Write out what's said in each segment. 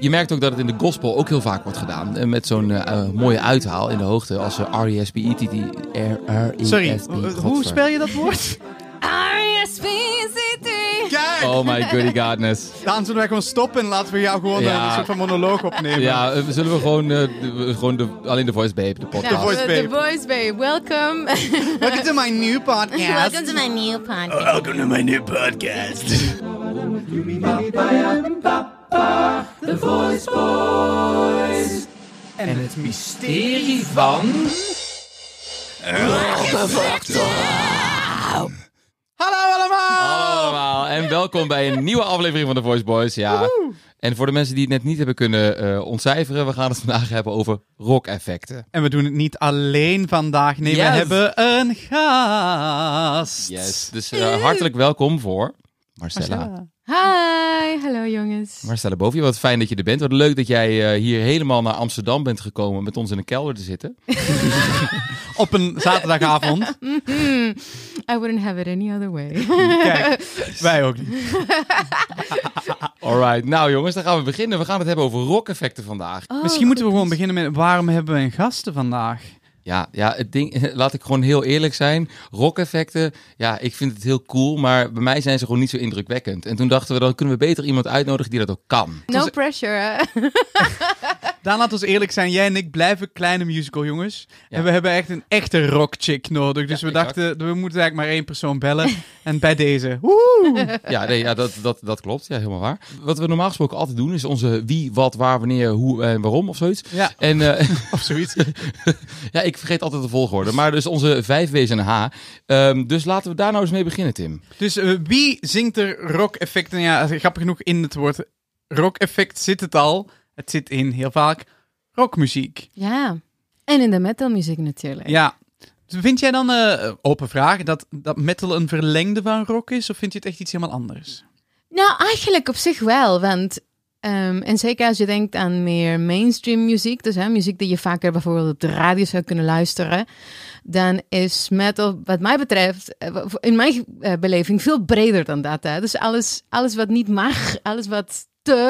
Je merkt ook dat het in de gospel ook heel vaak wordt gedaan. Met zo'n mooie uithaal in de hoogte als R-E-S-P-E-T-T. Sorry, hoe spel je dat woord? R-E-S-P-E-T-T. Kijk! Oh my goody godness. Daan, zullen wij gewoon stoppen en laten we jou gewoon een soort van monoloog opnemen? Ja, zullen we gewoon alleen de Voice Babe, de podcast. The Voice Babe, welcome. Welcome to my new podcast. Welcome to my new podcast. Welcome to my new podcast. The Voice Boys. En het mysterie van... Hallo allemaal! Hallo allemaal en welkom bij een nieuwe aflevering van The Voice Boys. Ja. Woehoe. En voor de mensen die het net niet hebben kunnen ontcijferen, we gaan het vandaag hebben over rock-effecten. En we doen het niet alleen vandaag. Nee, we hebben een gast. Yes, dus hartelijk welkom voor Marcella. Hi, hallo jongens. Marcella Bovie, wat fijn dat je er bent. Wat leuk dat jij hier helemaal naar Amsterdam bent gekomen met ons in de kelder te zitten. Op een zaterdagavond. I wouldn't have it any other way. Kijk, wij ook niet. Alright, nou jongens, dan gaan we beginnen. We gaan het hebben over rock-effecten vandaag. Misschien moeten we gewoon beginnen met waarom hebben we een gasten vandaag? Ja, het ding, laat ik gewoon heel eerlijk zijn. Rock-effecten, ja, ik vind het heel cool, maar bij mij zijn ze gewoon niet zo indrukwekkend. En toen dachten we, dan kunnen we beter iemand uitnodigen die dat ook kan. No pressure, hè? Daan, laat ons eerlijk zijn. Jij en ik blijven kleine musical jongens. Ja. En we hebben echt een echte rock-chick nodig. Dus Ja, we exact. dachten, we moeten eigenlijk maar één persoon bellen. En bij deze. Woehoe! Ja, dat klopt. Ja, helemaal waar. Wat we normaal gesproken altijd doen, is onze wie, wat, waar, wanneer, hoe en waarom of zoiets. Ja, En of zoiets. ja, ik vergeet altijd de volgorde. Maar dus onze 5 W's en een H. Dus laten we daar nou eens mee beginnen, Tim. Dus wie zingt er rock-effecten? Ja, grappig genoeg in het woord rock-effect zit het al. Het zit in heel vaak rockmuziek. Ja, en in de metalmuziek natuurlijk. Ja. Vind jij dan, open vraag, dat metal een verlengde van rock is? Of vind je het echt iets helemaal anders? Nou, eigenlijk op zich wel, want... en zeker als je denkt aan meer mainstream muziek, dus muziek die je vaker bijvoorbeeld op de radio zou kunnen luisteren, dan is metal, wat mij betreft, in mijn beleving, veel breder dan dat. Hè? Dus alles wat niet mag, alles wat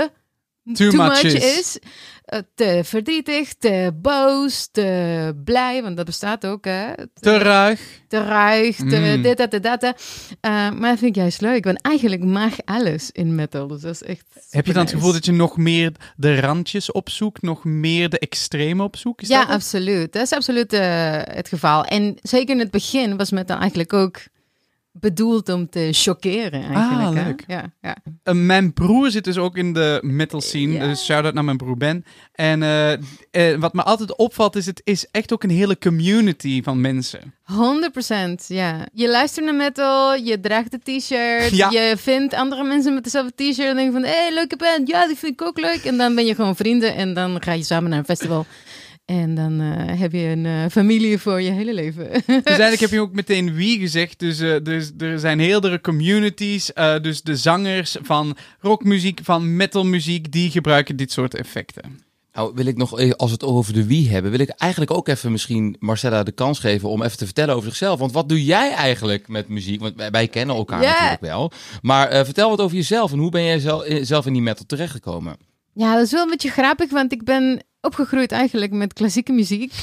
too much is. Te verdrietig, te boos, te blij, want dat bestaat ook. Hè? Te ruig. Te ruig, dit, dat. Maar dat vind ik juist leuk, want eigenlijk mag alles in metal. Dus dat is echt Heb je dan het nice. gevoel dat je nog meer de randjes opzoekt, nog meer de extreme opzoekt? Is Ja, dat het? absoluut. Dat is absoluut het geval. En zeker in het begin was metal eigenlijk ook bedoeld om te chockeren. Eigenlijk, hè? leuk. Ja. Mijn broer zit dus ook in de metal scene, Ja. dus shout-out naar mijn broer Ben. En wat me altijd opvalt is, het is echt ook een hele community van mensen. 100%, ja. Je luistert naar metal, je draagt de t-shirt, Ja. je vindt andere mensen met dezelfde t-shirt en denk je van, hey, leuke band, ja, die vind ik ook leuk. En dan ben je gewoon vrienden en dan ga je samen naar een festival. En dan heb je een familie voor je hele leven. Dus eigenlijk heb je ook meteen wie gezegd. Dus er zijn heeldere communities. Dus de zangers van rockmuziek, van metalmuziek, die gebruiken dit soort effecten. Nou, wil ik nog, als we het over de wie hebben, wil ik eigenlijk ook even misschien Marcella de kans geven om even te vertellen over zichzelf. Want wat doe jij eigenlijk met muziek? Want wij kennen elkaar natuurlijk wel. Maar vertel wat over jezelf en hoe ben jij zelf in die metal terechtgekomen? Ja, dat is wel een beetje grappig, want ik ben opgegroeid eigenlijk met klassieke muziek.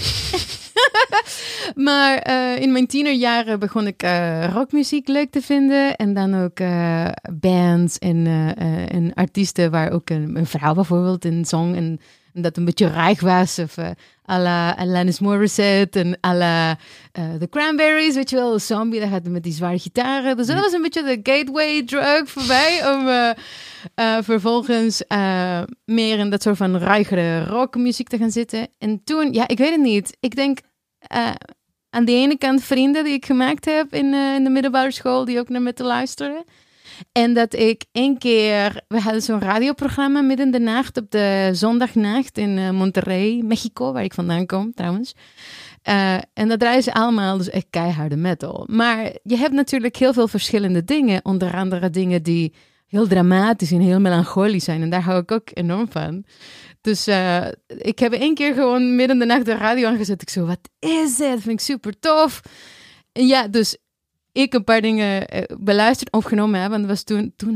Maar in mijn tienerjaren begon ik rockmuziek leuk te vinden. En dan ook bands en artiesten waar ook een vrouw bijvoorbeeld in zong. En dat een beetje rijk was. Of à la Alanis Morissette en à la The Cranberries. Weet je wel, de zombie, dat gaat met die zware gitaren. Dus dat was een beetje de gateway drug voor mij. Om vervolgens meer in dat soort van ruigere rockmuziek te gaan zitten. En toen, ja, ik weet het niet. Ik denk aan de ene kant vrienden die ik gemaakt heb in de middelbare school, die ook naar metal luisteren. En dat ik één keer, we hadden zo'n radioprogramma midden in de nacht op de zondagnacht in Monterrey, Mexico, waar ik vandaan kom trouwens. En dat draaien ze allemaal dus echt keiharde metal. Maar je hebt natuurlijk heel veel verschillende dingen, onder andere dingen die heel dramatisch en heel melancholisch zijn. En daar hou ik ook enorm van. Dus ik heb één keer gewoon midden in de nacht de radio aangezet. Ik zo, wat is dit? Dat vind ik super tof. En ja, dus ik een paar dingen beluisterd, opgenomen. Hè, want het was toen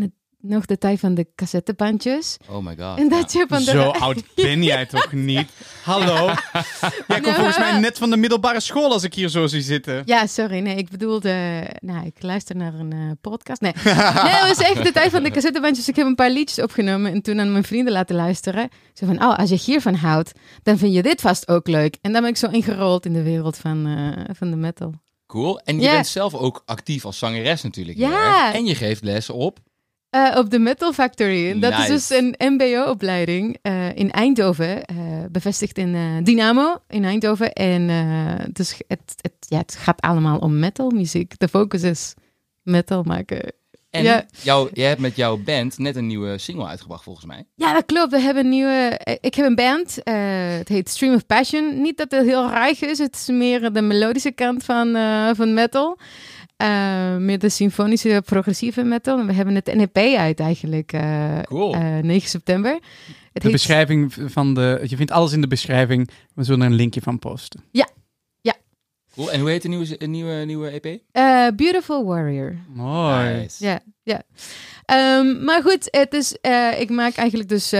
nog de tijd van de cassettebandjes. Oh my god. En dat je van de... Zo oud ben jij toch niet? Hallo? Jij komt volgens mij net van de middelbare school als ik hier zo zie zitten. Ja, sorry. Nee, ik bedoelde... Nou, ik luister naar een podcast. Nee. Nee, het was echt de tijd van de cassettebandjes. Ik heb een paar liedjes opgenomen en toen aan mijn vrienden laten luisteren. Zo van, als je hiervan houdt, dan vind je dit vast ook leuk. En dan ben ik zo ingerold in de wereld van de metal. Cool. En je bent zelf ook actief als zangeres natuurlijk. Ja. En je geeft les op... Op de Metal Factory. Dat is dus een mbo-opleiding in Eindhoven. Bevestigd in Dynamo in Eindhoven. En dus het gaat allemaal om metalmuziek. De focus is metal maken. En jij hebt met jouw band net een nieuwe single uitgebracht volgens mij. Ja, dat klopt. We hebben ik heb een band. Het heet Stream of Passion. Niet dat het heel rijk is. Het is meer de melodische kant van metal. Meer de symfonische progressieve metal. En we hebben het NEP uit eigenlijk. Cool. 9 september. Beschrijving van je vindt alles in de beschrijving. We zullen er een linkje van posten. Ja. Cool. En hoe heet de nieuwe EP? Beautiful Warrior. Mooi. Nice. Ja. Maar goed, het is, ik maak eigenlijk dus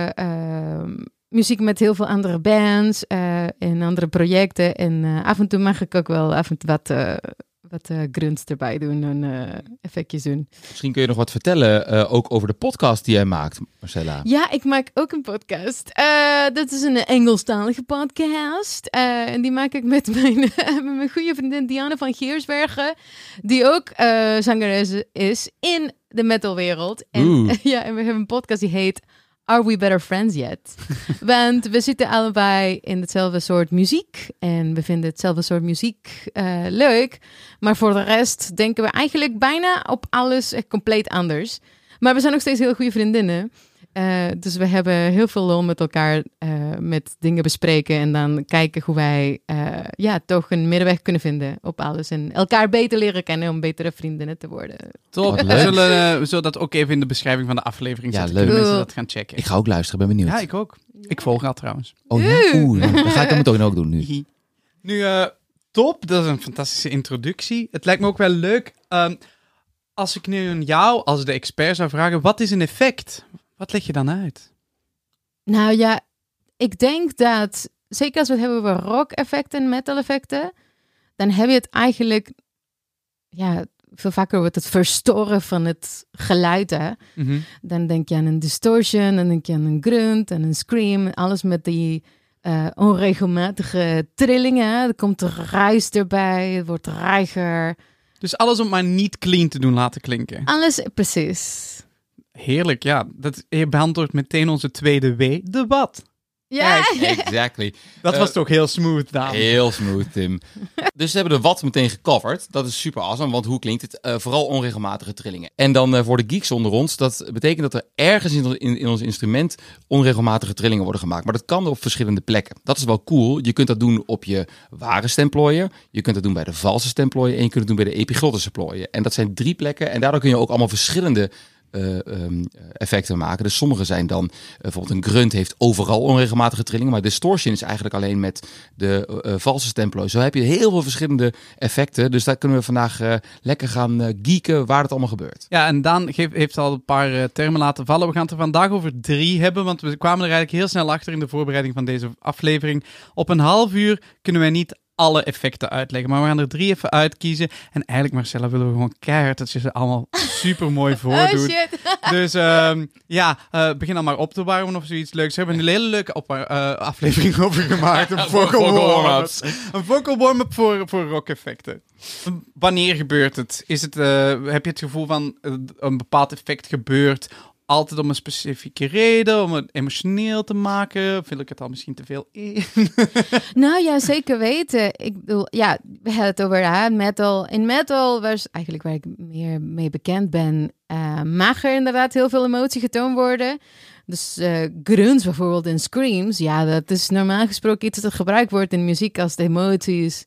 muziek met heel veel andere bands en andere projecten. En af en toe mag ik ook wel wat grunts erbij doen en effectjes doen. Misschien kun je nog wat vertellen ook over de podcast die jij maakt, Marcella. Ja, ik maak ook een podcast. Dat is een Engelstalige podcast. En die maak ik met mijn goede vriendin Diana van Geersbergen. Die ook zangeres is in de metalwereld. En, en we hebben een podcast die heet Are We Better Friends Yet? Want we zitten allebei in hetzelfde soort muziek. En we vinden hetzelfde soort muziek leuk. Maar voor de rest denken we eigenlijk bijna op alles compleet anders. Maar we zijn nog steeds heel goede vriendinnen. Dus we hebben heel veel lol met elkaar met dingen bespreken. En dan kijken hoe wij toch een middenweg kunnen vinden op alles. En elkaar beter leren kennen om betere vriendinnen te worden. Top. We zullen dat ook even in de beschrijving van de aflevering zetten. Leuk. Kunnen mensen dat gaan checken. Ik ga ook luisteren, ben benieuwd. Ja, ik ook. Ik volg al trouwens. Oh ja? Dan ga ik dat meteen ook doen nu. Nu, top. Dat is een fantastische introductie. Het lijkt me ook wel leuk. Als ik nu aan jou, als de expert zou vragen, wat is een effect? Wat leg je dan uit? Nou ja, ik denk dat, zeker als we het hebben over rock-effecten en metal-effecten, dan heb je het eigenlijk, veel vaker wordt het verstoren van het geluid. Hè? Mm-hmm. Dan denk je aan een distortion, dan denk je aan een grunt en een scream. Alles met die onregelmatige trillingen. Hè? Er komt ruis erbij, het wordt ruiger. Dus alles om maar niet clean te doen laten klinken. Alles, precies. Heerlijk, ja. Je beantwoordt meteen onze tweede W, de wat. Ja, Exactly. Dat was toch heel smooth, Daan. Heel smooth, Tim. Dus ze hebben de wat meteen gecoverd. Dat is super awesome, want hoe klinkt het? Vooral onregelmatige trillingen. En dan voor de geeks onder ons, dat betekent dat er ergens in ons instrument onregelmatige trillingen worden gemaakt. Maar dat kan op verschillende plekken. Dat is wel cool. Je kunt dat doen op je ware stemplooien. Je kunt dat doen bij de valse stemplooien. En je kunt het doen bij de epiglottische plooien. En dat zijn 3 plekken. En daardoor kun je ook allemaal verschillende effecten maken. Dus sommige zijn dan, bijvoorbeeld een grunt heeft overal onregelmatige trillingen, maar distortion is eigenlijk alleen met de valse stemplooi. Zo heb je heel veel verschillende effecten. Dus daar kunnen we vandaag lekker gaan geeken waar het allemaal gebeurt. Ja, en Daan heeft al een paar termen laten vallen. We gaan het er vandaag over 3 hebben, want we kwamen er eigenlijk heel snel achter in de voorbereiding van deze aflevering. Op een half uur kunnen wij niet alle effecten uitleggen, maar we gaan er 3 even uitkiezen. En eigenlijk, Marcella, willen we gewoon keihard dat je ze allemaal super mooi voordoet. Oh shit. Dus begin dan maar op te warmen of zoiets leuks. We hebben een hele leuke aflevering over gemaakt. Een vocal warm-up. Een vocal warm-up voor rock-effecten. Wanneer gebeurt het? Heb je het gevoel van een bepaald effect gebeurt altijd om een specifieke reden, om het emotioneel te maken? Vul ik het al misschien te veel in? Nou ja, zeker weten. Ik bedoel, we hadden het over metal. In metal was eigenlijk waar ik meer mee bekend ben, mag er inderdaad heel veel emotie getoond worden. Dus grunts bijvoorbeeld en screams, dat is normaal gesproken iets dat gebruikt wordt in muziek als de emoties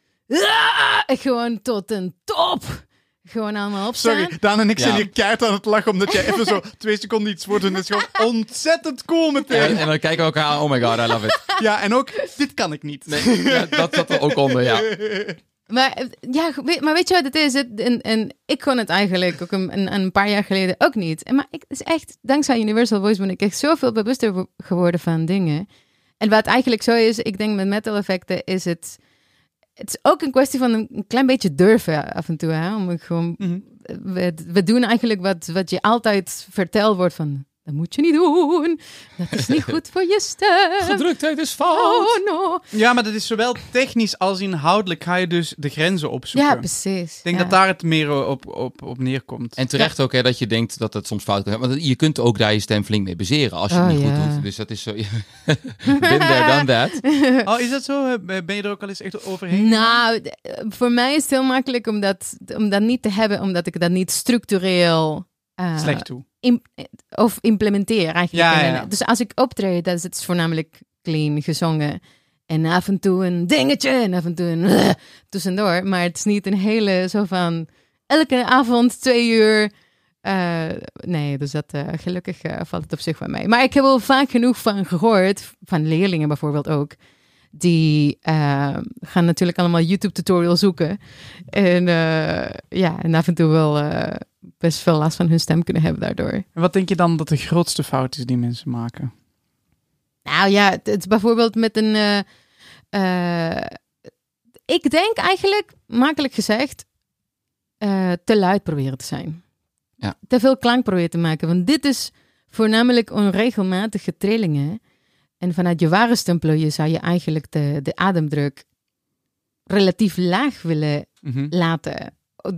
gewoon tot een top. Gewoon allemaal opstaan. Sorry, Daan en ik zijn hier keihard aan het lachen, omdat jij even zo 2 seconden iets wordt en het is gewoon ontzettend cool meteen. En dan kijken we elkaar aan, oh my god, I love it. Ja, en ook, dit kan ik niet. Nee, dat zat er ook onder, ja. Maar weet je wat het is? En ik kon het eigenlijk ook een paar jaar geleden ook niet. Maar het is echt, dankzij Universal Voice ben ik echt zoveel bewuster geworden van dingen. En wat eigenlijk zo is, ik denk met metal effecten is het is ook een kwestie van een klein beetje durven af en toe. Hè? Om gewoon, we doen eigenlijk wat je altijd verteld wordt van, dat moet je niet doen. Dat is niet goed voor je stem. Gedruktheid is fout. Oh no. Ja, maar dat is zowel technisch als inhoudelijk ga je dus de grenzen opzoeken. Ja, precies. Ik denk dat daar het meer op neerkomt. En terecht ook dat je denkt dat het soms fout kan zijn. Want je kunt ook daar je stem flink mee bezeren als je het niet goed doet. Dus dat is zo... Been there, done that. Oh, is dat zo? Ben je er ook al eens echt overheen? Nou, voor mij is het heel makkelijk om dat niet te hebben, omdat ik dat niet structureel... slecht toe. Of implementeer eigenlijk. Ja. Dus als ik optreed, dan is het voornamelijk clean gezongen. En af en toe een dingetje en af en toe een tussendoor. Maar het is niet een hele zo van elke avond 2 uur. Nee, dus dat gelukkig valt het op zich bij mij. Maar ik heb wel vaak genoeg van gehoord, van leerlingen bijvoorbeeld ook. Die gaan natuurlijk allemaal YouTube-tutorials zoeken. En af en toe wel best veel last van hun stem kunnen hebben daardoor. En wat denk je dan dat de grootste fout is die mensen maken? Nou ja, het is bijvoorbeeld met een... ik denk eigenlijk, makkelijk gezegd, te luid proberen te zijn. Ja. Te veel klank proberen te maken. Want dit is voornamelijk onregelmatige trillingen. En vanuit je ware stemplooi zou je eigenlijk de ademdruk relatief laag willen laten.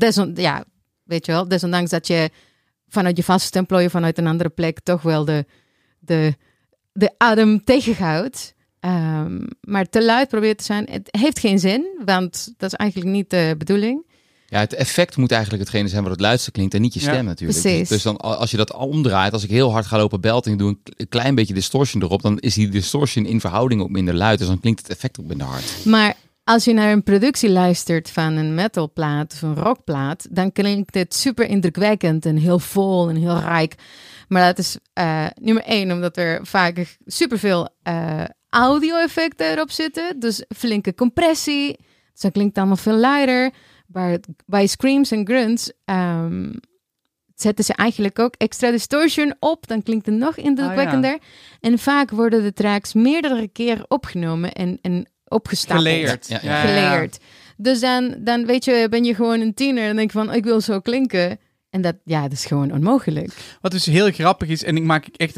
Weet je wel, desondanks dat je vanuit je vaste stemplooi vanuit een andere plek toch wel de adem tegenhoudt. Maar te luid proberen te zijn, het heeft geen zin, want dat is eigenlijk niet de bedoeling. Ja, het effect moet eigenlijk hetgene zijn wat het luidste klinkt en niet je stem natuurlijk. Precies. Dus dan, als je dat omdraait, als ik heel hard ga lopen belten en ik doe een klein beetje distortion erop, dan is die distortion in verhouding ook minder luid. Dus dan klinkt het effect ook minder hard. Maar als je naar een productie luistert van een metalplaat of een rockplaat, dan klinkt het super indrukwekkend en heel vol en heel rijk. Maar dat is nummer 1, omdat er vaak superveel audio-effecten erop zitten. Dus flinke compressie. Dus dat klinkt allemaal veel luider. Bij screams en grunts zetten ze eigenlijk ook extra distortion op. Dan klinkt het nog indrukwekkender. En vaak worden de tracks meerdere keren opgenomen en opgestapeld. Gelayerd. Gelayerd. Dus dan weet je, ben je gewoon een tiener en denk je van, ik wil zo klinken. En dat is gewoon onmogelijk. Wat dus heel grappig is, en ik maak echt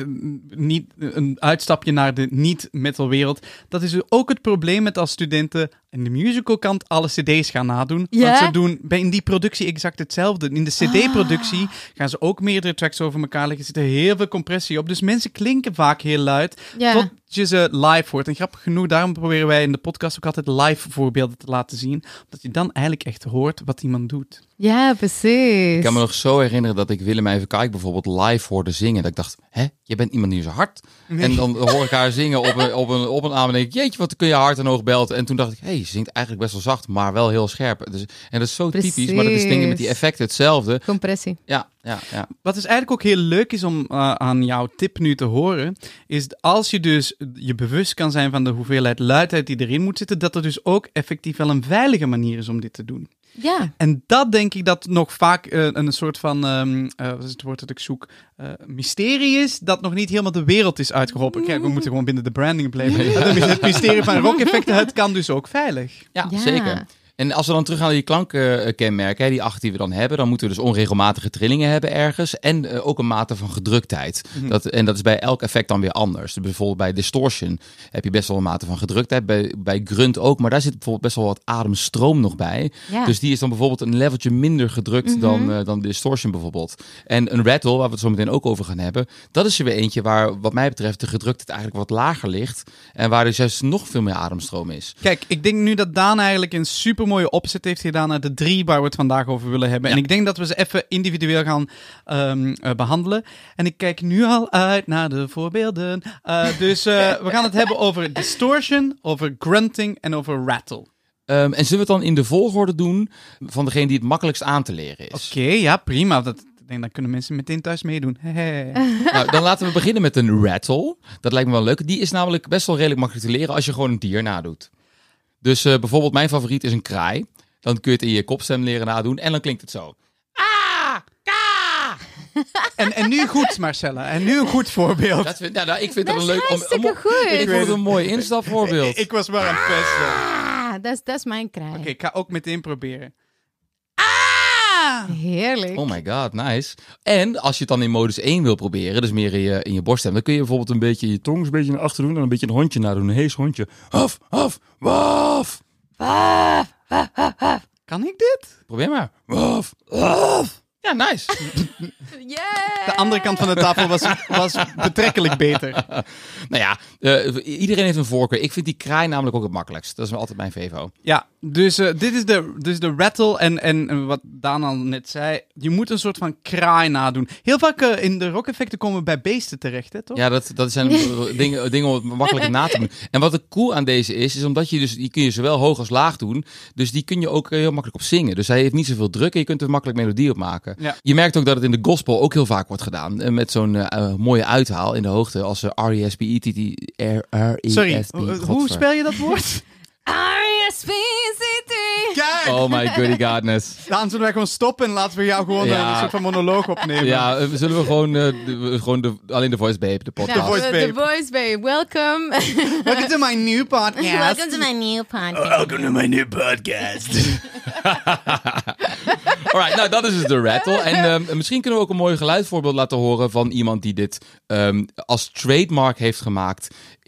een uitstapje naar de niet-metalwereld. Dat is ook het probleem met als studenten in de musicalkant alle cd's gaan nadoen. Ja? Want ze doen in die productie exact hetzelfde. In de cd-productie gaan ze ook meerdere tracks over elkaar leggen. Er zit heel veel compressie op. Dus mensen klinken vaak heel luid. Ja. Tot je ze live hoort. En grappig genoeg, daarom proberen wij in de podcast ook altijd live voorbeelden te laten zien. Omdat je dan eigenlijk echt hoort wat iemand doet. Ja, precies. Ik kan me nog zo herinneren dat ik Willem even Kijk bijvoorbeeld live hoorde zingen. Dat ik dacht, je bent iemand die zo hard. Nee. En dan hoor ik haar zingen op een avond en denk ik, jeetje, wat kun je hard en hoog belten. En toen dacht ik, ze zingt eigenlijk best wel zacht, maar wel heel scherp. Dus, en dat is zo typisch, maar dat is dingen met die effecten hetzelfde. Compressie. Ja. Wat dus eigenlijk ook heel leuk is om aan jouw tip nu te horen, is als je dus je bewust kan zijn van de hoeveelheid luidheid die erin moet zitten, dat er dus ook effectief wel een veilige manier is om dit te doen. Ja. En dat denk ik dat nog vaak een soort van, wat is het woord dat ik zoek, mysterie is, dat nog niet helemaal de wereld is uitgeholpen. Kijk, we moeten gewoon binnen de branding blijven. Het mysterie van rock-effecten, het kan dus ook veilig. Ja, zeker. En als we dan teruggaan naar die klankkenmerken, die 8 die we dan hebben, dan moeten we dus onregelmatige trillingen hebben ergens en ook een mate van gedruktheid. En dat is bij elk effect dan weer anders. Dus bijvoorbeeld bij distortion heb je best wel een mate van gedruktheid, bij grunt ook, maar daar zit bijvoorbeeld best wel wat ademstroom nog bij. Ja. Dus die is dan bijvoorbeeld een leveltje minder gedrukt dan distortion bijvoorbeeld. En een rattle, waar we het zo meteen ook over gaan hebben, dat is er weer eentje waar wat mij betreft de gedruktheid eigenlijk wat lager ligt en waar dus juist nog veel meer ademstroom is. Kijk, ik denk nu dat Daan eigenlijk een super mooie opzet heeft gedaan naar de 3 waar we het vandaag over willen hebben. Ja. En ik denk dat we ze even individueel gaan behandelen. En ik kijk nu al uit naar de voorbeelden. Dus we gaan het hebben over distortion, over grunting en over rattle. En zullen we het dan in de volgorde doen van degene die het makkelijkst aan te leren is? Oké, ja, prima. Ik denk, dan kunnen mensen meteen thuis meedoen. Nou, dan laten we beginnen met een rattle. Dat lijkt me wel leuk. Die is namelijk best wel redelijk makkelijk te leren als je gewoon een dier nadoet. Dus bijvoorbeeld mijn favoriet is een kraai. Dan kun je het in je kopstem leren nadoen. En dan klinkt het zo. En nu goed, Marcella. En nu een goed voorbeeld. Ik vind dat een is leuk... hartstikke goed. Ik vond het een mooi instapvoorbeeld. Ik was maar aan het pesten. Dat is mijn kraai. Oké, ik ga ook meteen proberen. Heerlijk. Oh my god, nice. En als je het dan in modus 1 wil proberen, dus meer in je borststem, dan kun je bijvoorbeeld een beetje je tong een beetje naar achter doen en een beetje een hondje nadoen. Een hees hondje. Haf, haf, waf. Kan ik dit? Probeer maar. Waf, waf. Ja, nice. Yeah. De andere kant van de tafel was betrekkelijk beter. Nou ja, iedereen heeft een voorkeur. Ik vind die kraai namelijk ook het makkelijkst. Dat is altijd mijn VVO. Ja, dus dit is de rattle en wat Daan al net zei, je moet een soort van kraai nadoen. Heel vaak in de rock-effecten komen we bij beesten terecht, hè, toch? Ja, dat zijn dingen om het makkelijker na te doen. En wat er cool aan deze is omdat die kun je zowel hoog als laag doen. Dus die kun je ook heel makkelijk op zingen. Dus hij heeft niet zoveel druk en je kunt er makkelijk melodie op maken. Ja. Je merkt ook dat het in de gospel ook heel vaak wordt gedaan. Met zo'n mooie uithaal in de hoogte als R-E-S-P-E-T-T-R-E-S-P. Sorry, hoe spel je dat woord? R-E-S-P-C-T. Kijk! Oh my goody godness. Daan, zullen wij gewoon stoppen en laten we jou gewoon een soort van monoloog opnemen? Ja, zullen we gewoon alleen de Voice Babe, de podcast. The Voice Babe. The Voice Babe, welcome. Welcome to my new podcast. Welcome to my new podcast. Welcome to my new podcast. Alright, nou dat is dus de rattle. En misschien kunnen we ook een mooi geluidsvoorbeeld laten horen van iemand die dit als trademark heeft gemaakt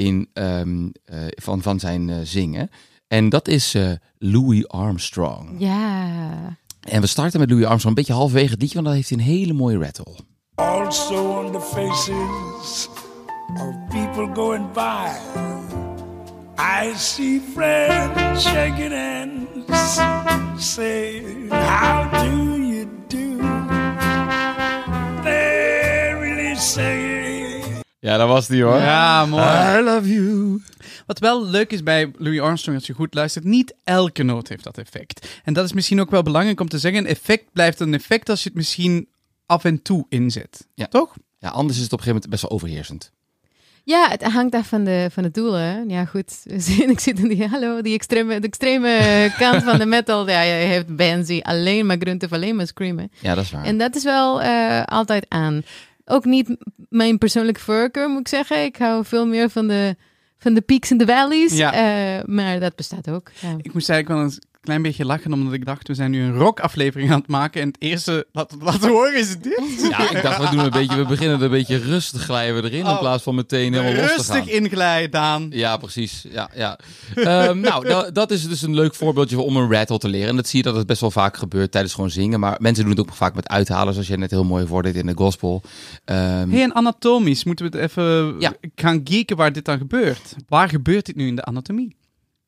van zijn zingen. En dat is Louis Armstrong. Ja. En we starten met Louis Armstrong, een beetje halverwege het liedje, want dan heeft hij een hele mooie rattle. Also on the faces of people going by, I see friends shaking hands, saying, how do you do? They're really saying, Ja, dat was die hoor. Ja, mooi. I love you. Wat wel leuk is bij Louis Armstrong, als je goed luistert, niet elke noot heeft dat effect. En dat is misschien ook wel belangrijk om te zeggen. Een effect blijft een effect als je het misschien af en toe inzet. Ja. Toch? Ja, anders is het op een gegeven moment best wel overheersend. Ja, het hangt af van de doelen. Ja, goed. Ik zit in de extreme kant van de metal. Ja, je heeft bands die alleen maar grunten, alleen maar screamen. Ja, dat is waar. En dat is wel altijd aan. Ook niet mijn persoonlijke voorkeur, moet ik zeggen. Ik hou veel meer van de peaks en de valleys. Ja. Maar dat bestaat ook. Ja. Ik moest eigenlijk wel een klein beetje lachen, omdat ik dacht, we zijn nu een rock-aflevering aan het maken. En het eerste, laten horen, is dit. Ja, ik dacht, we beginnen er een beetje rustig glijden we erin in plaats van meteen helemaal los te gaan. Rustig inglijden, Daan. Ja, precies. Ja. Nou, dat is dus een leuk voorbeeldje om een rattle te leren. En dat zie je dat het best wel vaak gebeurt tijdens gewoon zingen. Maar mensen doen het ook vaak met uithalen, zoals je net heel mooi voordeed in de gospel. En anatomisch, moeten we het even gaan geeken waar dit dan gebeurt. Waar gebeurt dit nu in de anatomie?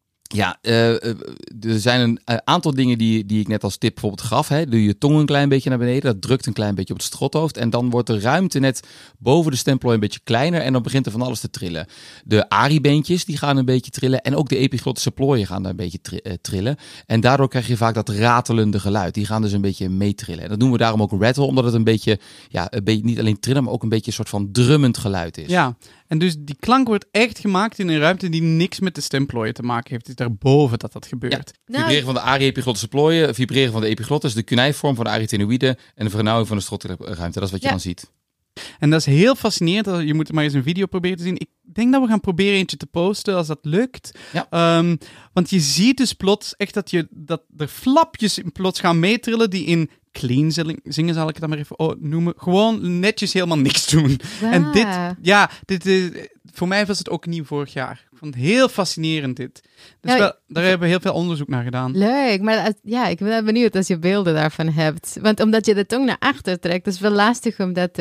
Ja, er zijn een aantal dingen die ik net als tip bijvoorbeeld gaf. Hè. Doe je tong een klein beetje naar beneden. Dat drukt een klein beetje op het strothoofd. En dan wordt de ruimte net boven de stemplooi een beetje kleiner. En dan begint er van alles te trillen. De aribeentjes die gaan een beetje trillen. En ook de epiglottische plooien gaan een beetje trillen. En daardoor krijg je vaak dat ratelende geluid. Die gaan dus een beetje meetrillen. En dat noemen we daarom ook rattle. Omdat het een beetje niet alleen trillen, maar ook een beetje een soort van drummend geluid is. Ja, en dus die klank wordt echt gemaakt in een ruimte die niks met de stemplooien te maken heeft. Het is daarboven dat gebeurt. Ja. Vibreren van de arie-epiglottische plooien, vibreren van de epiglottis, de kunijvorm van de arytenoïden en de vernauwing van de strotruimte. Dat is wat je dan ziet. En dat is heel fascinerend. Je moet maar eens een video proberen te zien. Ik denk dat we gaan proberen eentje te posten als dat lukt. Ja. Want je ziet dus plots echt dat er flapjes plots gaan meetrillen die in clean zingen, zal ik het dan maar even noemen. Gewoon netjes helemaal niks doen. Wow. En dit is, voor mij was het ook nieuw vorig jaar. Ik vond het heel fascinerend dit. Dus daar hebben we heel veel onderzoek naar gedaan. Leuk, maar ik ben wel benieuwd als je beelden daarvan hebt. Want omdat je de tong naar achter trekt, is het wel lastig om dat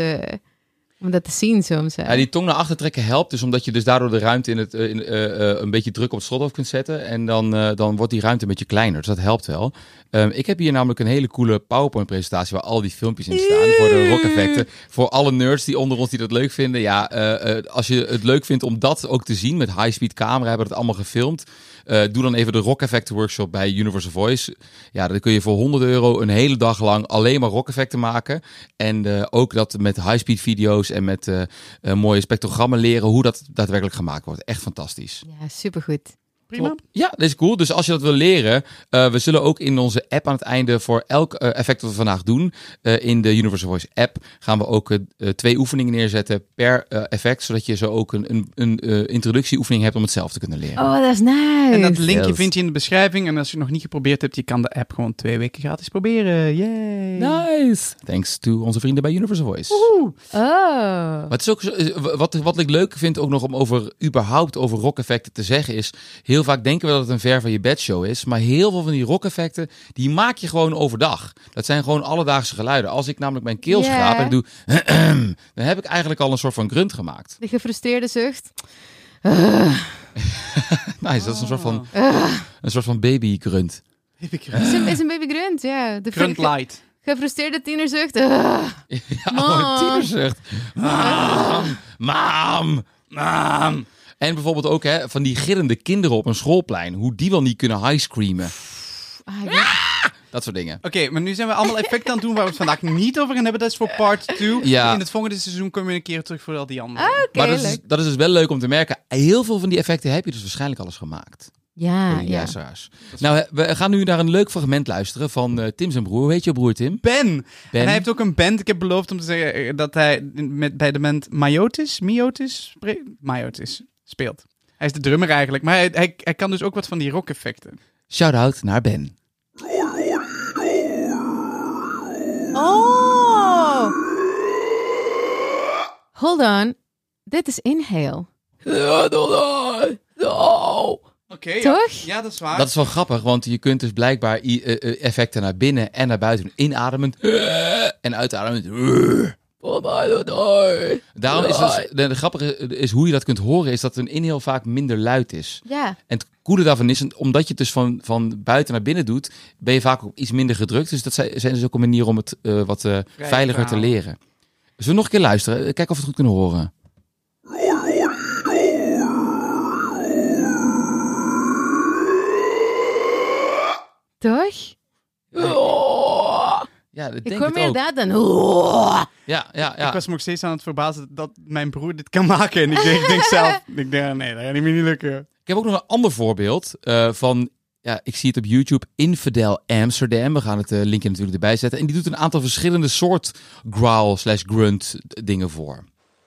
te zien soms. Ja, die tong naar achter trekken helpt dus omdat je dus daardoor de ruimte een beetje druk op het strothoofd kunt zetten. En dan wordt die ruimte een beetje kleiner. Dus dat helpt wel. Ik heb hier namelijk een hele coole PowerPoint-presentatie waar al die filmpjes in staan voor de rock-effecten. Voor alle nerds die onder ons die dat leuk vinden. Ja, als je het leuk vindt om dat ook te zien met high-speed camera, hebben we dat allemaal gefilmd. Doe dan even de rock-effecten workshop bij Universal Voice. Ja, dan kun je voor €100 een hele dag lang alleen maar rock-effecten maken. En ook dat met high-speed video's en met mooie spectrogrammen leren hoe dat daadwerkelijk gemaakt wordt. Echt fantastisch. Ja, supergoed. Prima. Ja, dat is cool. Dus als je dat wil leren, we zullen ook in onze app aan het einde voor elk effect dat we vandaag doen, in de Universal Voice app, gaan we ook 2 oefeningen neerzetten per effect, zodat je zo ook een introductieoefening hebt om het zelf te kunnen leren. Oh, dat is nice. En dat linkje vind je in de beschrijving. En als je het nog niet geprobeerd hebt, je kan de app gewoon 2 weken gratis proberen. Yay! Nice! Thanks to onze vrienden bij Universal Voice. Oh. Maar het is ook wat ik leuk vind ook nog om überhaupt over rock-effecten te zeggen is, heel vaak denken we dat het een ver van je bedshow is, maar heel veel van die rock-effecten, die maak je gewoon overdag. Dat zijn gewoon alledaagse geluiden. Als ik namelijk mijn keel schraap en ik doe dan heb ik eigenlijk al een soort van grunt gemaakt. De gefrustreerde zucht. Nice, dat is een soort van baby grunt. Is een baby grunt, ja. De Grunt light. gefrustreerde tienerzucht. Ja, een tienerzucht. Mam. En bijvoorbeeld ook van die gillende kinderen op een schoolplein. Hoe die wel niet kunnen highscreamen. Dat soort dingen. Oké, maar nu zijn we allemaal effecten aan het doen waar we het vandaag niet over gaan hebben. Dat is voor part 2. Ja. In het volgende seizoen komen we een keer terug voor al die andere. Maar dat is dus wel leuk om te merken. Heel veel van die effecten heb je dus waarschijnlijk alles gemaakt. Ja. Nou, we gaan nu naar een leuk fragment luisteren van Tim zijn broer. Hoe heet je broer, Tim? Ben. En hij heeft ook een band. Ik heb beloofd om te zeggen dat hij bij de band Myotis speelt. Hij is de drummer eigenlijk. Maar hij kan dus ook wat van die rock-effecten. Shout-out naar Ben. Oh! Hold on. Dit is Inhale. Oké, Toch? Ja, dat is waar. Dat is wel grappig, want je kunt dus blijkbaar effecten naar binnen en naar buiten doen. Inademend en uitademend. Daarom is het, de grappige is hoe je dat kunt horen, is dat een inhale vaak minder luid is. Ja. En het coole daarvan is, omdat je het dus van buiten naar binnen doet, ben je vaak ook iets minder gedrukt. Dus dat zijn dus ook een manier om het wat veiliger te leren. Zullen we nog een keer luisteren? Kijken of we het goed kunnen horen. Toch? Ja, dat Ik denk hoor ik meer ook. dat dan. Ja. Ik was me nog steeds aan het verbazen dat mijn broer dit kan maken. En ik denk zelf, nee, dat gaat niet lukken. Ik heb ook nog een ander voorbeeld van, ja, ik zie het op YouTube, Infidel Amsterdam. We gaan het linkje natuurlijk erbij zetten. En die doet een aantal verschillende soort growl/grunt dingen voor.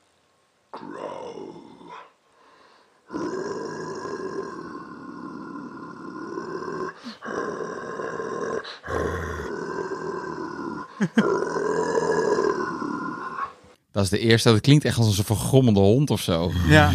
Dat is de eerste. Dat klinkt echt als een soort van grommende hond of zo. Ja.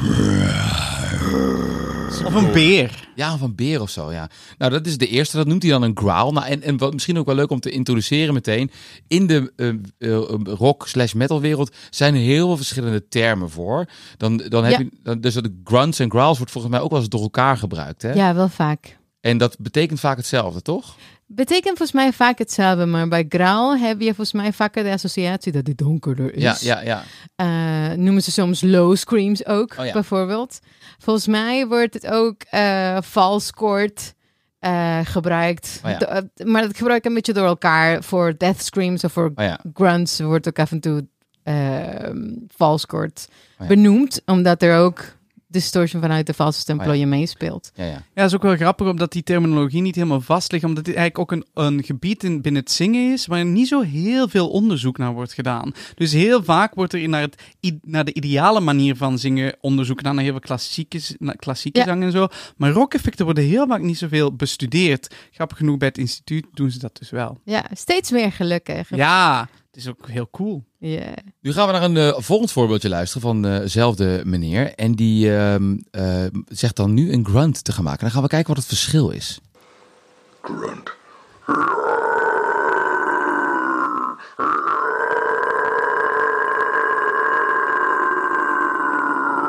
Of een beer. Ja, of een beer of zo, ja. Nou, dat is de eerste. Dat noemt hij dan een growl. Nou, en wat misschien ook wel leuk om te introduceren meteen. In de rock/metal wereld zijn er heel veel verschillende termen voor. Dan heb je... Dus de grunts en growls wordt volgens mij ook wel eens door elkaar gebruikt, hè? Ja, wel vaak. En dat betekent vaak hetzelfde, toch? Betekent volgens mij vaak hetzelfde, maar bij growl heb je volgens mij vaker de associatie dat die donkerder is. Ja. Noemen ze soms low screams ook, bijvoorbeeld. Volgens mij wordt het ook false chord gebruikt. Maar dat gebruik ik een beetje door elkaar. Voor death screams of voor grunts wordt ook af en toe false chord benoemd, omdat er ook distortion vanuit de valse stemplooien meespeelt. Ja, dat is ook wel grappig, omdat die terminologie niet helemaal vast ligt, omdat dit eigenlijk ook een gebied binnen het zingen is, waar niet zo heel veel onderzoek naar wordt gedaan. Dus heel vaak wordt er naar de ideale manier van zingen onderzoek gedaan, naar heel veel klassieke zang en zo. Maar rock-effecten worden heel vaak niet zoveel bestudeerd. Grappig genoeg, bij het instituut doen ze dat dus wel. Ja, steeds meer gelukkig. Ja, het is ook heel cool. Yeah. Nu gaan we naar een volgend voorbeeldje luisteren van dezelfde meneer. En die zegt dan nu een grunt te gaan maken. Dan gaan we kijken wat het verschil is. Grunt.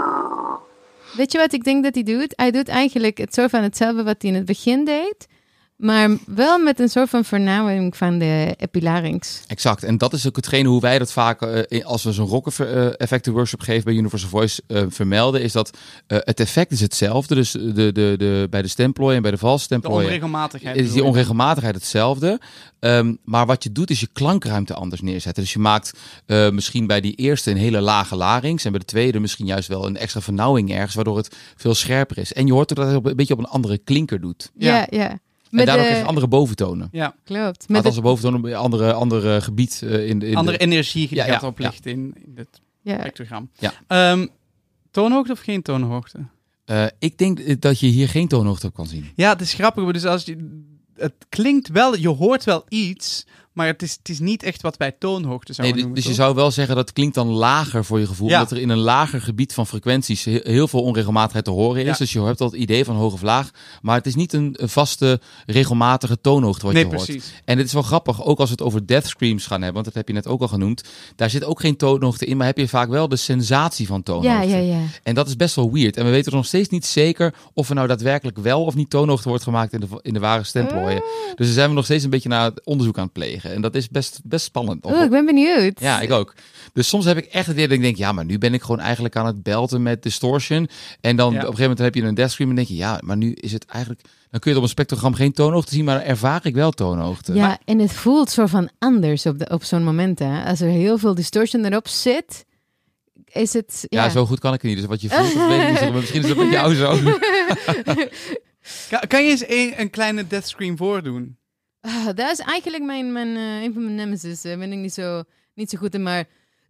Weet je wat ik denk dat hij doet? Hij doet eigenlijk het soort van hetzelfde wat hij in het begin deed. Maar wel met een soort van vernauwing van de epilarynx. Exact. En dat is ook hetgene hoe wij dat vaak, als we zo'n rock-effecten workshop geven bij Universal Voice, vermelden, is dat het effect is hetzelfde. Dus bij de stemplooien en bij de valse De stemplooien onregelmatigheid. is die onregelmatigheid hetzelfde. Maar wat je doet is je klankruimte anders neerzetten. Dus je maakt misschien bij die eerste een hele lage larynx en bij de tweede misschien juist wel een extra vernauwing ergens, waardoor het veel scherper is. En je hoort ook dat het een beetje op een andere klinker doet. Ja. En daardoor krijg je andere boventonen. Ja. Klopt. Met als een boventoon op een andere gebied in Andere energie die Ja, gaat ja, oplichten in dit Ja. spectrogram. Ja. Toonhoogte of geen toonhoogte? Ik denk dat je hier geen toonhoogte op kan zien. Ja, het is grappig. Dus het klinkt wel, je hoort wel iets, maar het is niet echt wat wij toonhoogte zouden noemen. Dus je toch? zou wel zeggen dat het klinkt dan lager voor je gevoel. Ja. Omdat er in een lager gebied van frequenties heel veel onregelmatigheid te horen is. Ja. Dus je hebt al het idee van hoog of laag. Maar het is niet een vaste, regelmatige toonhoogte wat je hoort. Precies. En het is wel grappig, ook als we het over death screams gaan hebben. Want dat heb je net ook al genoemd. Daar zit ook geen toonhoogte in, maar heb je vaak wel de sensatie van toonhoogte. Ja. En dat is best wel weird. En we weten nog steeds niet zeker of er nou daadwerkelijk wel of niet toonhoogte wordt gemaakt in de ware stemplooien. Dus daar zijn we nog steeds een beetje naar het onderzoek aan het plegen. En dat is best spannend. Ik ben benieuwd. Ja, ik ook. Dus soms heb ik echt het idee dat ik denk, ja, maar nu ben ik gewoon eigenlijk aan het belten met distortion. En dan op een gegeven moment heb je een death scream en denk je, ja, maar nu is het eigenlijk, dan kun je het op een spectrogram geen toonhoogte zien, maar dan ervaar ik wel toonhoogte. Ja, en het voelt soort van anders op zo'n moment. Hè? Als er heel veel distortion erop zit, is het... Ja, zo goed kan ik het niet. Dus wat je voelt, dat weet ik niet. Maar misschien is het met jou zo. Kan je eens een kleine death scream voordoen? Dat is eigenlijk een van mijn nemesis. Ben ik niet zo goed in, maar...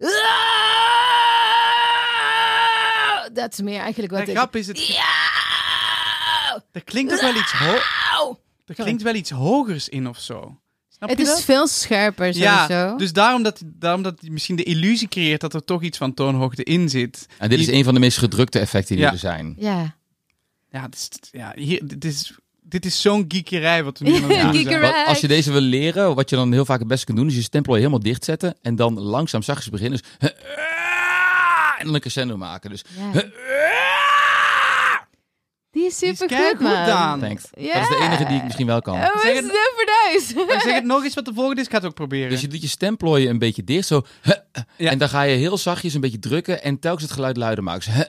Dat is meer eigenlijk wat De grap is het... Er klinkt ook wel iets Er klinkt wel iets hogers in of zo. Snap Het je is dat? veel scherper sowieso. Ja, dus daarom dat hij misschien de illusie creëert dat er toch iets van toonhoogte in zit. En dit is een van de meest gedrukte effecten die Ja. er zijn. Ja. Ja, dit is zo'n geekerij wat we nu aan het doen zijn. Geekerij. Wat, als je deze wil leren, wat je dan heel vaak het beste kunt doen, is je stemplooi helemaal dichtzetten en dan langzaam zachtjes beginnen. Dus en dan een crescendo maken. Dus Ja. Die is Die is super keigoed, goed, man. Daan. thanks. Ja. Dat is de enige die ik misschien wel kan. Oh, wat Zeg is het- super nice. Maar zeg het nog eens wat de volgende is, ik ga het ook proberen. Dus je doet je stemplooien een beetje dicht, zo. Ja. En dan ga je heel zachtjes een beetje drukken en telkens het geluid luider maken. Dus,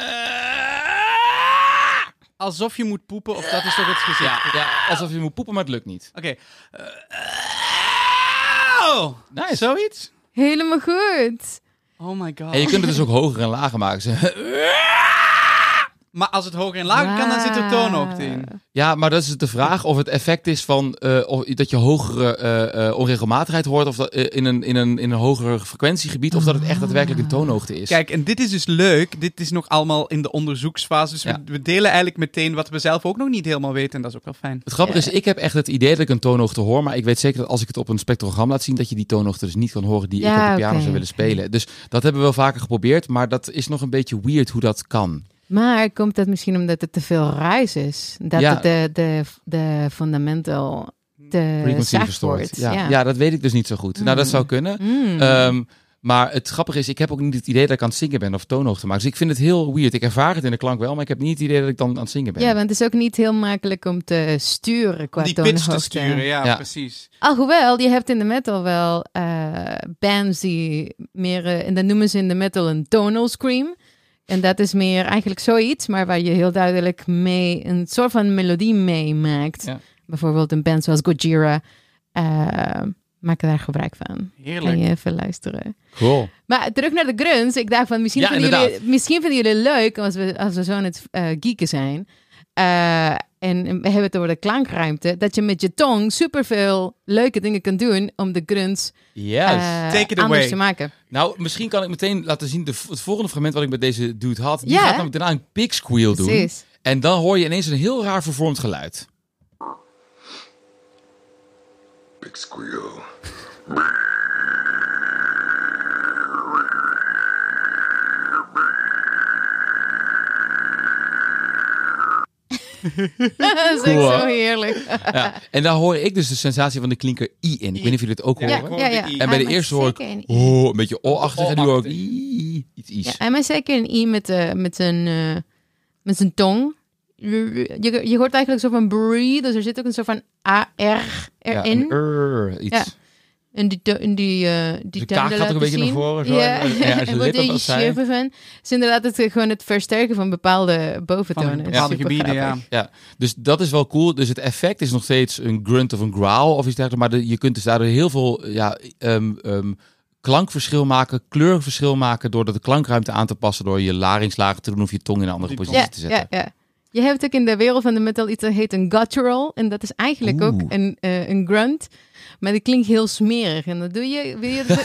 Alsof je moet poepen, of dat is toch het gezicht? ja, alsof je moet poepen, maar het lukt niet. Oké. Nice. Zoiets? Helemaal goed. Oh my god. En je kunt het dus ook hoger en lager maken. Zo, Maar als het hoger en lager kan, dan zit er toonhoogte in. ja, maar dat is de vraag of het effect is van dat je hogere onregelmatigheid hoort of dat, in een hoger frequentiegebied, of dat het echt daadwerkelijk een toonhoogte is. Kijk, en dit is dus leuk. Dit is nog allemaal in de onderzoeksfase. Dus Ja. we delen eigenlijk meteen wat we zelf ook nog niet helemaal weten. En dat is ook wel fijn. Het grappige is, ik heb echt het idee dat ik een toonhoogte hoor, maar ik weet zeker dat als ik het op een spectrogram laat zien, dat je die toonhoogte dus niet kan horen die ik Ja, op de piano oké. zou willen spelen. Dus dat hebben we wel vaker geprobeerd, maar dat is nog een beetje weird hoe dat kan. Maar komt dat misschien omdat het te veel ruis is? Dat Ja. het de fundamental te Frequency zacht verstoord. wordt. Ja, dat weet ik dus niet zo goed. Nou, dat zou kunnen. Maar het grappige is, ik heb ook niet het idee dat ik aan het zingen ben of toonhoogte maken. Dus ik vind het heel weird. Ik ervaar het in de klank wel, maar ik heb niet het idee dat ik dan aan het zingen ben. Ja, want het is ook niet heel makkelijk om te sturen qua Die pitch te toonhoogte. sturen, ja, Ja. precies. Alhoewel, je hebt in de metal wel bands die meer, en dat noemen ze in de metal een tonal scream. En dat is meer eigenlijk zoiets, maar waar je heel duidelijk mee een soort van melodie mee maakt. Ja. Bijvoorbeeld een band zoals Gojira maken daar gebruik van. Kan Heerlijk. je even luisteren. Cool. Maar terug naar de grunts. Ik dacht van, misschien, Ja, misschien vinden jullie het leuk als we zo aan het geeken zijn. En we hebben het over de klankruimte. Dat je met je tong superveel leuke dingen kan doen om de grunts Yes. Take it anders away. te maken. Nou, misschien kan ik meteen laten zien het volgende fragment wat ik met deze dude had. Die Ja, gaat hè? namelijk daarna een pig squeal doen. Precies. En dan hoor je ineens een heel raar vervormd geluid. Big squeal. Dat is Cool, echt hè? zo heerlijk. Ja. En daar hoor ik dus de sensatie van de klinker I in. Ik weet niet of jullie het ook Ja, horen. ik hoor de I. En bij de maar eerste hoor ik zeker een I. een beetje O-achtig. En nu hoor ik I, iets. Ja, en maar zeker een I met zijn tong. je hoort eigenlijk zo van breathe, dus er zit ook een soort van AR erin. Iets. Ja. En die De kaak gaat ook een beetje naar voren. Zo, Ja, en en wordt je schreven van. Dus inderdaad gewoon het versterken van bepaalde boventonen. Van bepaalde gebieden, ja. Dus dat is wel cool. Dus het effect is nog steeds een grunt of een growl of iets dergelijks. Maar je kunt dus daardoor heel veel klankverschil maken, kleurverschil maken door de klankruimte aan te passen, door je laringslagen te doen of je tong in een andere positie te zetten. Ja. Je hebt ook in de wereld van de metal iets dat heet een guttural. En dat is eigenlijk ook een grunt. Maar die klinkt heel smerig. En dat doe je... Wil je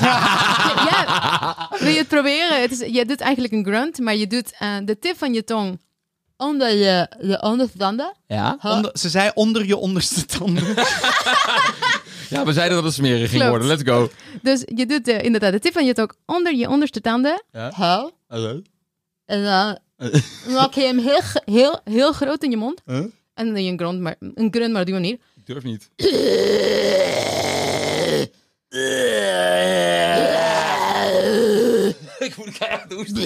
het proberen? Je doet eigenlijk een grunt, maar je doet de tip van je tong onder je onderste tanden. Ja? Ze zei onder je onderste tanden. Ja, we zeiden dat het smerig ging worden. Let's go. Dus je doet inderdaad de tip van je tong onder je onderste tanden. Ja. Hallo. En dan maak je hem heel groot in je mond. En dan doe je een grunt, maar op die manier. Ik durf niet. Ik moet keihard hoesten.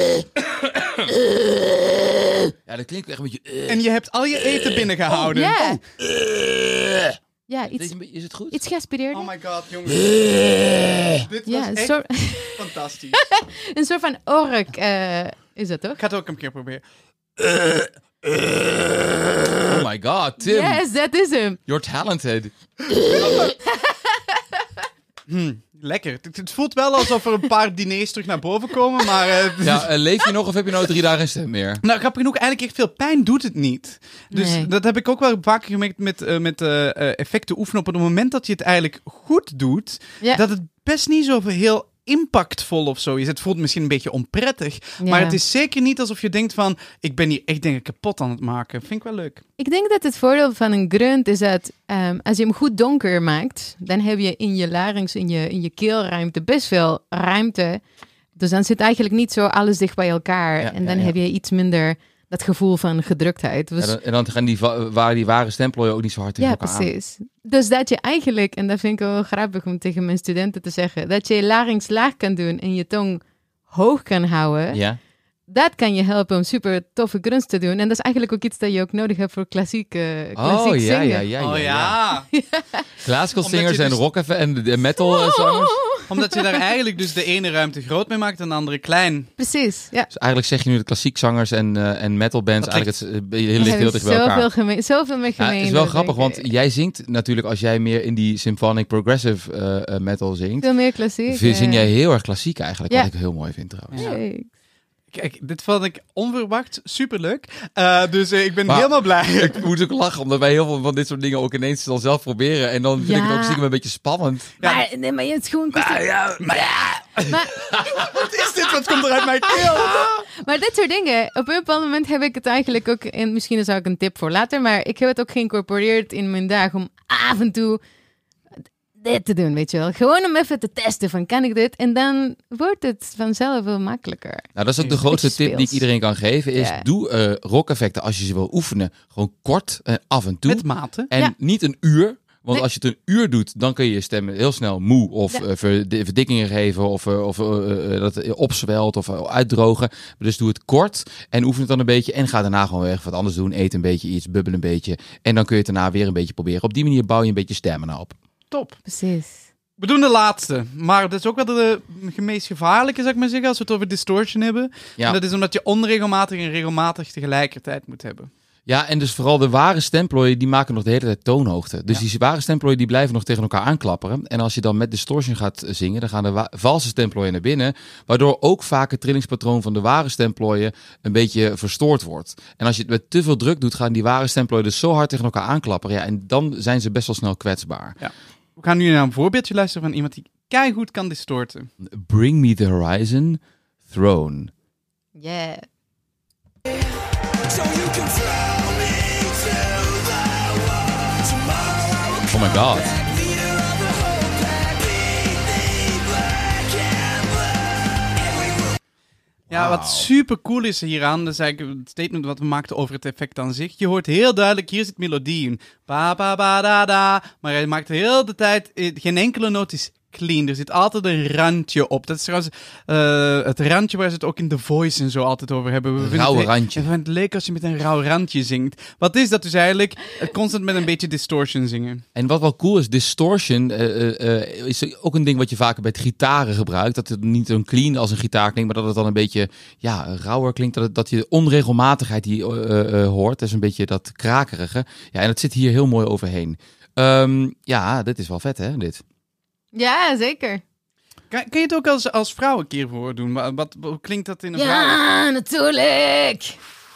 Ja, dat klinkt echt een beetje... En je hebt al je eten binnengehouden. Ja, Is het goed? iets geaspireerd. Oh my god, jongens. Dit was echt fantastisch. Een soort van ork is dat toch? Ik ga het ook een keer proberen. Oh my god, Tim. Yes, dat is hem. You're talented. Lekker. Het voelt wel alsof er een paar diners terug naar boven komen, maar... Leef je nog of heb je nou 3 dagen een stem meer? Nou, grappig genoeg, eigenlijk echt veel pijn doet het niet. Dus Nee. dat heb ik ook wel vaker gemerkt met effecten oefenen. Op het moment dat je het eigenlijk goed doet, dat het best niet zo heel impactvol of zo is. Het voelt misschien een beetje onprettig, maar het is zeker niet alsof je denkt van, ik ben hier echt dingen kapot aan het maken. Vind ik wel leuk. Ik denk dat het voordeel van een grunt is dat als je hem goed donker maakt, dan heb je in je larynx, in je keelruimte best veel ruimte. Dus dan zit eigenlijk niet zo alles dicht bij elkaar. En dan heb je iets minder dat gevoel van gedruktheid. Dus... Ja, en dan gaan die ware stemplooien ook niet zo hard tegen elkaar aan. Ja, precies. Dus dat je eigenlijk, en dat vind ik wel grappig om tegen mijn studenten te zeggen, dat je larynx laag kan doen en je tong hoog kan houden. Ja. Dat kan je helpen om super toffe grunts te doen. En dat is eigenlijk ook iets dat je ook nodig hebt voor klassiek zingen. Ja. Classical Omdat singers je dus- en rock en de metal zangers. Omdat je daar eigenlijk dus de ene ruimte groot mee maakt en de andere klein. Precies, ja. Dus eigenlijk zeg je nu de klassiek zangers en metal bands Dat eigenlijk het ligt heel dicht bij elkaar. Zoveel mee gemeen. Het is wel grappig, want jij zingt natuurlijk als jij meer in die symphonic progressive metal zingt. Veel meer klassiek. Zing jij heel erg klassiek eigenlijk, wat ik heel mooi vind trouwens. Hey. Kijk, dit vond ik onverwacht superleuk. Dus ik ben Maar- helemaal blij. Ik moet ook lachen, omdat wij heel veel van dit soort dingen ook ineens dan zelf proberen. En dan vind ik het ook stiekem een beetje spannend. Maar het is gewoon... Wat is dit? Wat komt er uit mijn keel? Maar dit soort dingen, op een bepaald moment heb ik het eigenlijk ook, en misschien is ook een tip voor later, maar ik heb het ook geïncorporeerd in mijn dag om af en toe dit te doen, weet je wel. Gewoon om even te testen van, kan ik dit? En dan wordt het vanzelf veel makkelijker. Nou, dat is ook de grootste Beetje tip die ik speels. iedereen kan geven, is Ja. doe rock-effecten als je ze wil oefenen. Gewoon kort en af en toe. Met mate. En Ja. niet een uur. Want Nee. als je het een uur doet, dan kun je je stem heel snel moe of verdikkingen geven of dat het opzwelt of uitdrogen. Dus doe het kort en oefen het dan een beetje en ga daarna gewoon weer wat anders doen. Eet een beetje iets, bubbel een beetje en dan kun je het daarna weer een beetje proberen. Op die manier bouw je een beetje stamina op. Top. Precies. We doen de laatste. Maar dat is ook wel de meest gevaarlijke, zou ik maar zeggen, als we het over distortion hebben. Ja. En dat is omdat je onregelmatig en regelmatig tegelijkertijd moet hebben. Ja, en dus vooral de ware stemplooien, die maken nog de hele tijd toonhoogte. Dus die ware stemplooien, die blijven nog tegen elkaar aanklapperen. En als je dan met distortion gaat zingen, dan gaan de valse stemplooien naar binnen. Waardoor ook vaak het trillingspatroon van de ware stemplooien een beetje verstoord wordt. En als je het met te veel druk doet, gaan die ware stemplooien dus zo hard tegen elkaar aanklapperen. Ja, en dan zijn ze best wel snel kwetsbaar. Ja. We gaan nu naar een voorbeeldje luisteren van iemand die keigoed kan distorten. Bring Me The Horizon, Throne. Yeah. Oh my god. Ja, wat super cool is hieraan, dat is eigenlijk het statement wat we maakten over het effect aan zich. Je hoort heel duidelijk, hier zit melodie in. Ba, ba, ba, da, da. Maar hij maakt de hele tijd, geen enkele noot is clean. Er zit altijd een randje op. Dat is trouwens het randje waar ze het ook in The Voice en zo altijd over hebben. Een rauwe randje. We vinden het leuk als je met een rauw randje zingt. Wat is dat dus eigenlijk? Constant met een beetje distortion zingen. En wat wel cool is, distortion is ook een ding wat je vaker bij het gitaren gebruikt. Dat het niet een clean als een gitaar klinkt, maar dat het dan een beetje rauwer klinkt. Dat je de onregelmatigheid die hoort. Dat is een beetje dat krakerige. Ja, en dat zit hier heel mooi overheen. Dit is wel vet, hè, dit. Ja, zeker. Kan je het ook als vrouw een keer voordoen? Hoe klinkt dat in een vrouw? Ja, natuurlijk.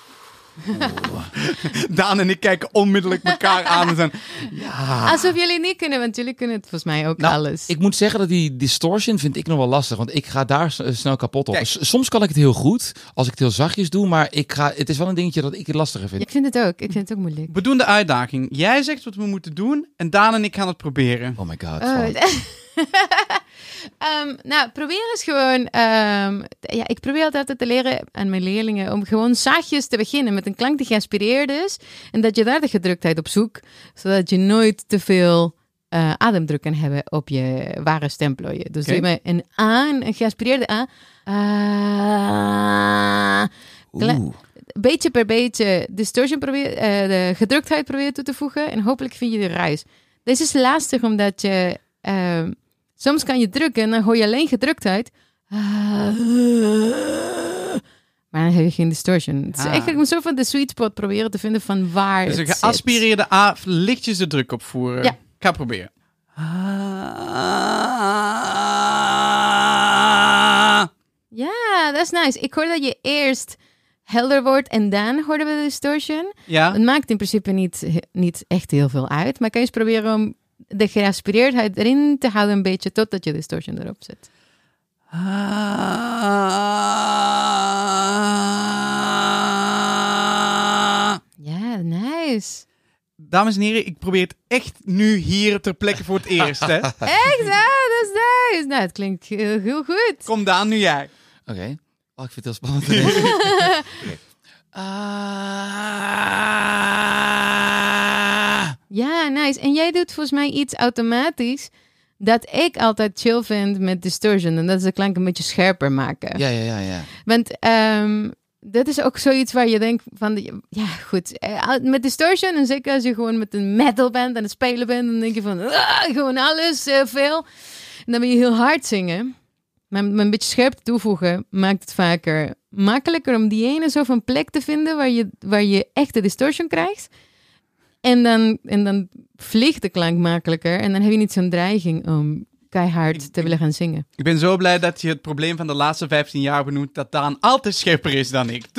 Daan en ik kijken onmiddellijk elkaar aan en zijn... Alsof jullie niet kunnen, want jullie kunnen het volgens mij ook alles. Ik moet zeggen dat die distortion vind ik nog wel lastig, want ik ga daar snel kapot op. Kijk. Soms kan ik het heel goed, als ik het heel zachtjes doe, maar het is wel een dingetje dat ik het lastiger vind. Ik vind het ook. Ik vind het ook moeilijk. We doen de uitdaging. Jij zegt wat we moeten doen en Daan en ik gaan het proberen. Oh my god. Probeer eens gewoon... ik probeer altijd te leren aan mijn leerlingen om gewoon zachtjes te beginnen met een klank die geaspireerd is. En dat je daar de gedruktheid op zoekt, zodat je nooit te veel ademdruk kan hebben op je ware stemplooien. Dus doe je met een A, een geaspireerde A. Beetje per beetje distortion de gedruktheid proberen toe te voegen. En hopelijk vind je de reis. Deze is lastig omdat je... soms kan je drukken en dan hoor je alleen gedruktheid. Maar dan heb je geen distortion. Het is eigenlijk een soort van de sweet spot proberen te vinden van waar dus het een geaspireerde A, lichtjes de druk opvoeren. Ja. Ik ga proberen. Ja, dat is nice. Ik hoor dat je eerst helder wordt en dan hoorden we de distortion. Ja. Het maakt in principe niet echt heel veel uit. Maar kan je eens proberen om de geaspireerdheid erin te houden een beetje totdat je de distortion erop zet. Ja, nice. Dames en heren, ik probeer het echt nu hier ter plekke voor het eerst. Hè? Echt? Ja, dat is nice. Nou, het klinkt heel goed. Kom Daan, nu jij. Oké. Oh, ik vind het heel spannend. Okay. Ja, nice. En jij doet volgens mij iets automatisch dat ik altijd chill vind met distortion. En dat is de klank een beetje scherper maken. Ja. Want dat is ook zoiets waar je denkt van... Ja, goed. Met distortion, en zeker als je gewoon met een metal band aan het spelen bent... dan denk je van, gewoon alles, veel. En dan wil je heel hard zingen. Maar een beetje scherpte toevoegen maakt het vaker makkelijker... om die ene zo van plek te vinden waar je echt de distortion krijgt... En dan vliegt de klank makkelijker. En dan heb je niet zo'n dreiging om keihard te willen gaan zingen. Ik ben zo blij dat je het probleem van de laatste 15 jaar benoemt... dat Daan altijd scherper is dan ik.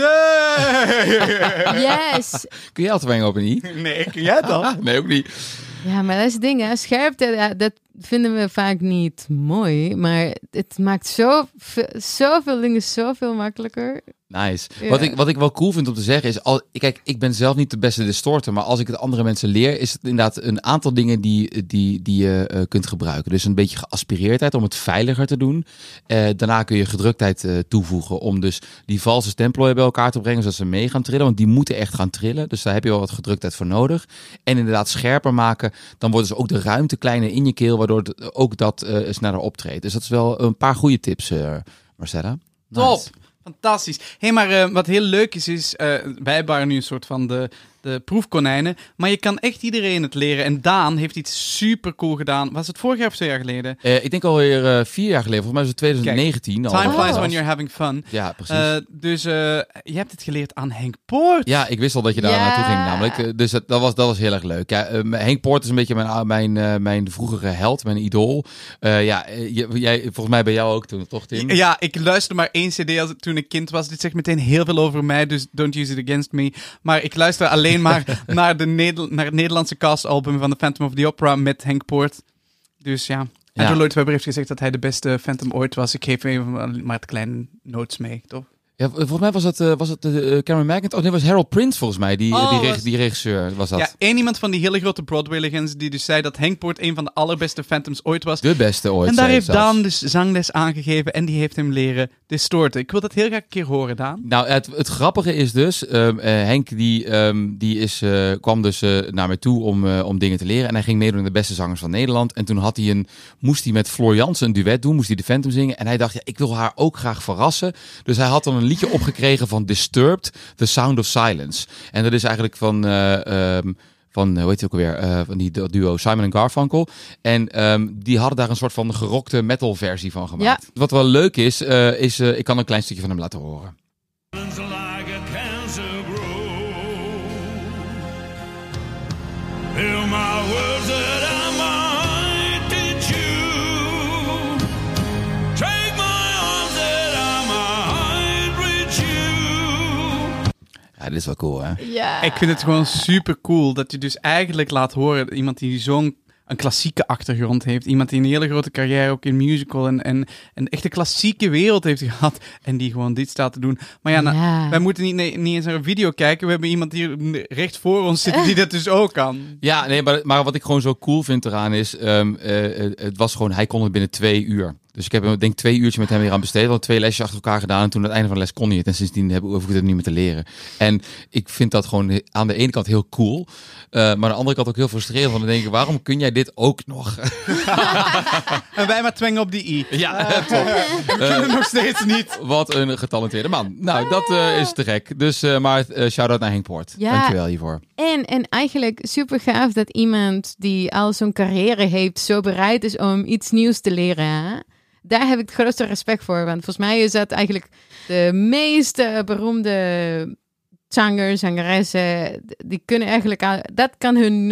Yes. Kun jij altijd op een I? Nee, kun jij dat? Nee, ook niet. Ja, maar dat is het ding, hè. Scherpte, dat vinden we vaak niet mooi. Maar het maakt zoveel dingen zoveel makkelijker. Nice. Ja. Wat ik wel cool vind om te zeggen is... Kijk, ik ben zelf niet de beste distorter... maar als ik het andere mensen leer... is het inderdaad een aantal dingen die je kunt gebruiken. Dus een beetje geaspireerdheid om het veiliger te doen. Daarna kun je gedruktheid toevoegen... om dus die valse stemplooien bij elkaar te brengen... zodat ze mee gaan trillen. Want die moeten echt gaan trillen. Dus daar heb je wel wat gedruktheid voor nodig. En inderdaad scherper maken... dan wordt dus ook de ruimte kleiner in je keel... waardoor ook dat sneller optreedt. Dus dat is wel een paar goede tips, Marcella. Nice. Top! Fantastisch. Hé, maar wat heel leuk is wij waren nu een soort van de proefkonijnen, maar je kan echt iedereen het leren. En Daan heeft iets super cool gedaan. Was het vorig jaar of 2 jaar geleden? Ik denk alweer 4 jaar geleden. Volgens mij was het 2019. Kijk, al. time flies when you're having fun. Ja, precies. Dus je hebt het geleerd aan Henk Poort. Ja, ik wist al dat je daar naartoe ging namelijk. Dus dat was heel erg leuk. Ja, Henk Poort is een beetje mijn vroegere held, mijn idool. Jij, volgens mij bij jou ook toen, toch Tim? Ja, ik luisterde maar 1 cd toen ik kind was. Dit zegt meteen heel veel over mij, dus don't use it against me. Maar ik luister alleen maar naar het Nederlandse castalbum van The Phantom of the Opera met Henk Poort. Dus ja. Andrew Lloyd Webber heeft gezegd dat hij de beste Phantom ooit was. Ik geef even maar het kleine notes mee, toch? Ja, volgens mij was het Cameron McIntyre. Oh nee, was Harold Prince volgens mij. Die regisseur was dat. Ja, één iemand van die hele grote Broadway-legends die dus zei dat Hank Port een van de allerbeste Phantoms ooit was. De beste ooit. En daar heeft zelfs. Daan dus zangles aangegeven en die heeft hem leren distorten. Ik wil dat heel graag een keer horen, Daan. Nou, het grappige is dus, Henk kwam dus naar me toe om dingen te leren. En hij ging meedoen aan de beste zangers van Nederland. En toen moest hij met Floor Jansen een duet doen, moest hij de Phantom zingen. En hij dacht, ja, ik wil haar ook graag verrassen. Dus hij had dan een liedje opgekregen van Disturbed, The Sound of Silence. En dat is eigenlijk van hoe heet het ook alweer, van die duo Simon en Garfunkel. En die hadden daar een soort van gerokte metal versie van gemaakt. Ja. Wat wel leuk is, ik kan een klein stukje van hem laten horen. Like a cancer grows. Hear my words that I might teach you. Take my arms that I might reach you. Ja, dit is wel cool, hè? Ja. Ik vind het gewoon super cool dat je dus eigenlijk laat horen iemand die zo'n een klassieke achtergrond heeft. Iemand die een hele grote carrière ook in musical en een echte klassieke wereld heeft gehad. En die gewoon dit staat te doen. Maar ja, wij moeten niet eens naar een video kijken. We hebben iemand hier recht voor ons zitten die dat dus ook kan. Ja, nee, maar wat ik gewoon zo cool vind eraan is, het was gewoon, hij kon het binnen 2 uur. Dus ik heb denk ik 2 uurtjes met hem weer aan besteed. We hadden 2 lesjes achter elkaar gedaan en toen aan het einde van de les kon hij het. En sindsdien hoef ik het niet meer te leren. En ik vind dat gewoon aan de ene kant heel cool. Maar aan de andere kant ook heel frustrerend. Want dan denk ik, waarom kun jij dit ook nog? En wij maar twengen op die i. Ja, top. Nog steeds niet. Wat een getalenteerde man. Nou, dat is te gek. Dus, maar shout-out naar Henk Poort. Ja. Dankjewel hiervoor. En eigenlijk super gaaf dat iemand die al zo'n carrière heeft zo bereid is om iets nieuws te leren. Hè? Daar heb ik het grootste respect voor. Want volgens mij is dat eigenlijk de meest beroemde zangers, zangeressen. Die kunnen eigenlijk, dat kan hun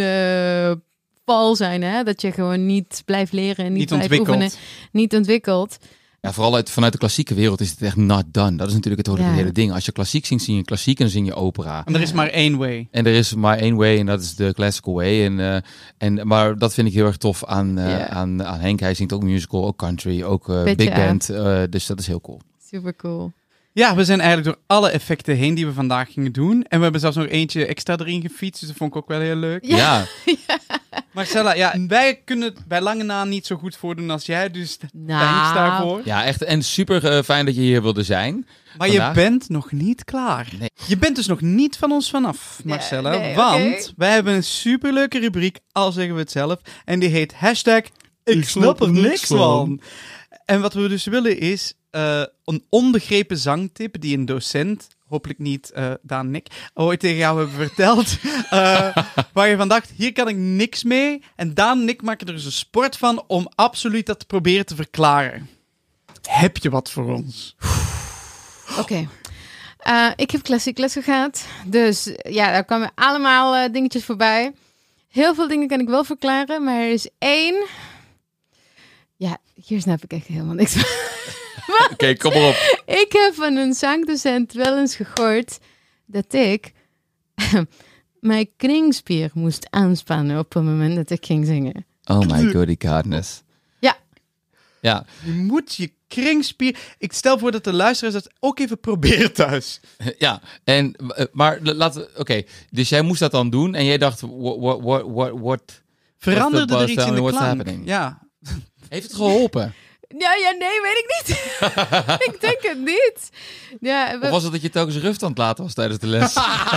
val zijn. Hè? Dat je gewoon niet blijft leren en niet blijft oefenen. Niet ontwikkeld. Ja, vooral vanuit de klassieke wereld is het echt not done. Dat is natuurlijk het hele ding. Als je klassiek zingt, zing je klassiek en zing je opera. En er is maar één way. En er is maar één way en dat is de classical way. Maar dat vind ik heel erg tof aan Henk. Hij zingt ook musical, ook country, ook big band. Dus dat is heel cool. Super cool. Ja, we zijn eigenlijk door alle effecten heen die we vandaag gingen doen. En we hebben zelfs nog eentje extra erin gefietst. Dus dat vond ik ook wel heel leuk. Ja. Marcella, wij kunnen het bij lange na niet zo goed voordoen als jij. Dus thanks daarvoor. Ja, echt. En super fijn dat je hier wilde zijn. Maar vandaag. Je bent nog niet klaar. Nee. Je bent dus nog niet van ons vanaf, Marcella. Nee, want wij hebben een superleuke rubriek, al zeggen we het zelf. En die heet #Ik snap er niks van. En wat we dus willen is een onbegrepen zangtip die een docent, hopelijk niet Daan Nick, ooit tegen jou hebben verteld. Waar je van dacht, hier kan ik niks mee. En Daan Nick maken er dus een sport van om absoluut dat te proberen te verklaren. Heb je wat voor ons? Oké. Ik heb klassiek lessen gehad. Dus ja, daar kwamen allemaal dingetjes voorbij. Heel veel dingen kan ik wel verklaren, maar er is 1... Ja, hier snap ik echt helemaal niks van. Oké, kom maar op. Ik heb van een zangdocent wel eens gehoord dat ik mijn kringspier moest aanspannen op het moment dat ik ging zingen. Oh my goody godness. Ja. Je moet je kringspier... Ik stel voor dat de luisteraars dat ook even proberen thuis. Ja, maar laten we... Oké, dus jij moest dat dan doen en jij dacht... What veranderde er iets in de klank? Happening? Ja. Heeft het geholpen? Ja, nee, weet ik niet. Ik denk het niet. Ja, Of was het dat je telkens ruft aan het laten was tijdens de les?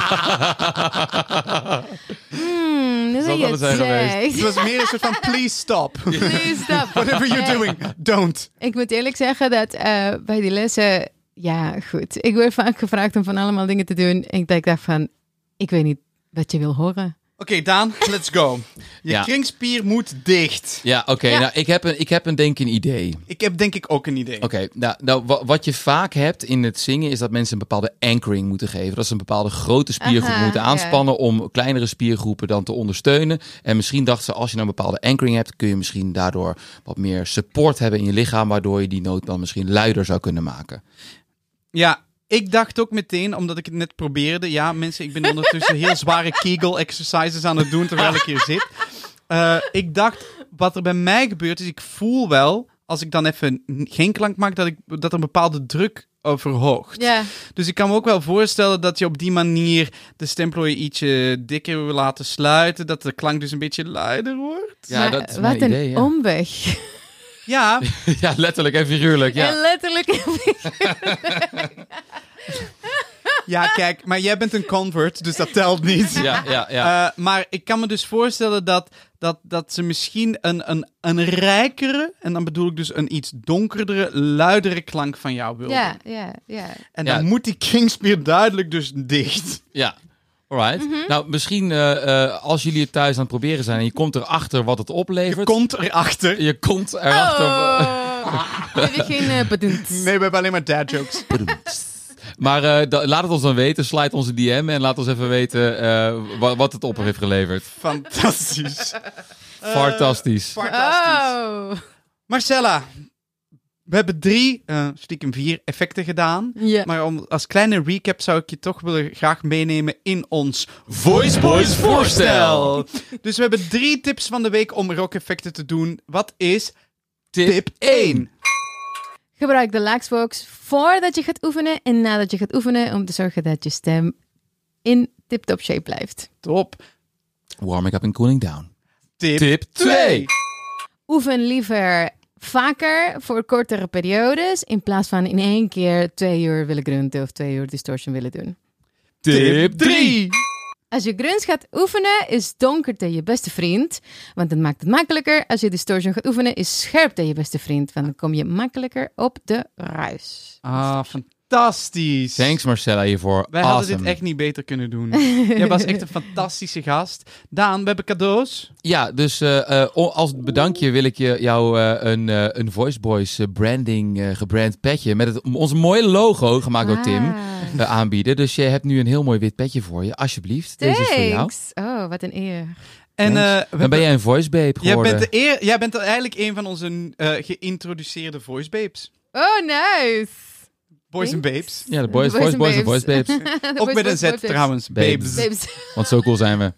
Dat wel zijn geweest. Het was meer een soort van please stop. Please stop. Whatever you're doing, don't. Ik moet eerlijk zeggen dat bij die lessen... Ja, goed. Ik word vaak gevraagd om van allemaal dingen te doen. En ik dacht van, ik weet niet wat je wil horen. Oké, Daan, let's go. Je kringspier moet dicht. Ja, oké. Nou, ik heb denk ik een idee. Ik heb denk ik ook een idee. Oké, nou, wat je vaak hebt in het zingen is dat mensen een bepaalde anchoring moeten geven. Dat ze een bepaalde grote spiergroep moeten aanspannen om kleinere spiergroepen dan te ondersteunen. En misschien dachten ze, als je nou een bepaalde anchoring hebt, kun je misschien daardoor wat meer support hebben in je lichaam, waardoor je die noot dan misschien luider zou kunnen maken. Ja, ik dacht ook meteen, omdat ik het net probeerde... Ja, mensen, ik ben ondertussen heel zware Kegel-exercises aan het doen terwijl ik hier zit. Ik dacht, wat er bij mij gebeurt is, ik voel wel... Als ik dan even geen klank maak, dat er een bepaalde druk verhoogt. Ja. Dus ik kan me ook wel voorstellen dat je op die manier de stemplooien ietsje dikker wil laten sluiten. Dat de klank dus een beetje luider wordt. Ja, Maar dat is wat mijn een idee, ja. omweg. Ja, Ja, letterlijk en figuurlijk. Ja. En letterlijk. ja, kijk, maar jij bent een convert, dus dat telt niet. Ja. Maar ik kan me dus voorstellen dat ze misschien een rijkere, en dan bedoel ik dus een iets donkerdere, luidere klank van jou wil. Ja. En Ja. dan moet die Kingspear duidelijk dus dicht. Ja. Alright. Nou, misschien als jullie het thuis aan het proberen zijn en je komt erachter wat het Je oplevert. komt erachter. Je komt erachter. We hebben geen bedoeld. Nee, we hebben alleen maar dad jokes. Maar laat het ons dan weten. Slide onze DM en laat ons even weten wat het op heeft geleverd. Fantastisch. Fantastisch. Fantastisch. Oh. Marcella, we hebben 3, stiekem 4 effecten gedaan. Ja. Maar als kleine recap zou ik je toch graag meenemen in ons Voice Boys voorstel. Dus we hebben 3 tips van de week om rock-effecten te doen. Wat is tip 1? Gebruik de Laxbox voordat je gaat oefenen en nadat je gaat oefenen om te zorgen dat je stem in tip-top shape blijft. Top. Warming up en cooling down. Tip 2. Oefen liever vaker voor kortere periodes in plaats van in één keer 2 uur willen grunten of 2 uur distortion willen doen. Tip 3. Als je grunts gaat oefenen, is donkerte je beste vriend. Want het maakt het makkelijker. Als je distortion gaat oefenen, is scherpte je beste vriend. Want dan kom je makkelijker op de ruis. Ah, fantastisch. Thanks Marcella hiervoor. Wij Awesome. hadden dit echt niet beter kunnen doen. Jij was echt een fantastische gast. Daan, we hebben cadeaus. Ja, dus als bedankje wil ik jou een Voice Boys branding gebrand petje met ons mooie logo, gemaakt door Tim, aanbieden. Dus je hebt nu een heel mooi wit petje voor je. Alsjeblieft, deze is voor jou. Thanks. Oh, wat een eer. En Dan ben jij een voice babe geworden. jij bent eigenlijk een van onze geïntroduceerde voice babes. Oh, nice. Boys and Thanks. babes. Ja, de boys Boys en and voice babes. Ook met een Z trouwens. Babes. Babes. Want zo cool zijn we.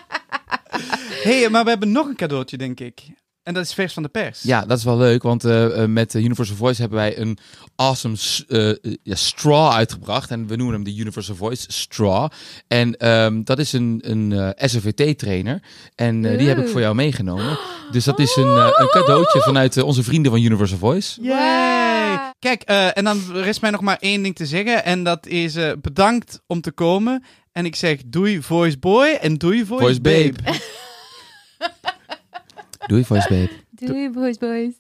Hey, maar we hebben nog een cadeautje, denk ik. En dat is vers van de pers. Ja, dat is wel leuk, want met Universal Voice hebben wij een awesome straw uitgebracht. En we noemen hem de Universal Voice Straw. En dat is een SOVT-trainer. En die heb ik voor jou meegenomen. Dus dat is een cadeautje vanuit onze vrienden van Universal Voice. Yay! Wow. Kijk, en dan rest mij nog maar 1 ding te zeggen. En dat is bedankt om te komen. En ik zeg doei Voice Boy en doei Voice Babe. Doei, Voice Babe. Doei, boys.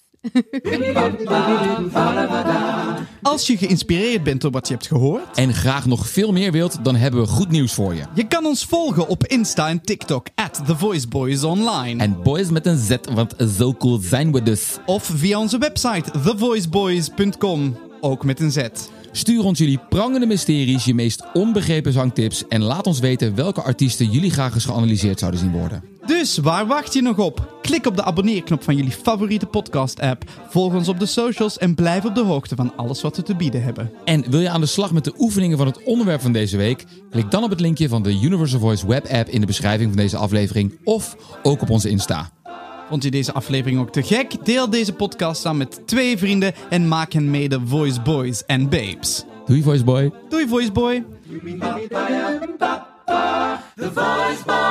Als je geïnspireerd bent door wat je hebt gehoord, En graag nog veel meer wilt, dan hebben we goed nieuws voor je. je kan ons volgen op Insta en TikTok @TheVoiceBoysOnline. En boys met een Z, want zo cool zijn we dus. Of via onze website thevoiceboys.com, ook met een Z. Stuur ons jullie prangende mysteries, je meest onbegrepen zangtips en laat ons weten welke artiesten jullie graag eens geanalyseerd zouden zien worden. Dus waar wacht je nog op? Klik op de abonneerknop van jullie favoriete podcast-app, volg ons op de socials en blijf op de hoogte van alles wat we te bieden hebben. En wil je aan de slag met de oefeningen van het onderwerp van deze week? Klik dan op het linkje van de Universal Voice webapp in de beschrijving van deze aflevering of ook op onze Insta. Vond je deze aflevering ook te gek? Deel deze podcast dan met 2 vrienden en maak hen mede Voice Boys en Babes. Doei Voice Boy. Doei Voice Boy! The Voice Boy.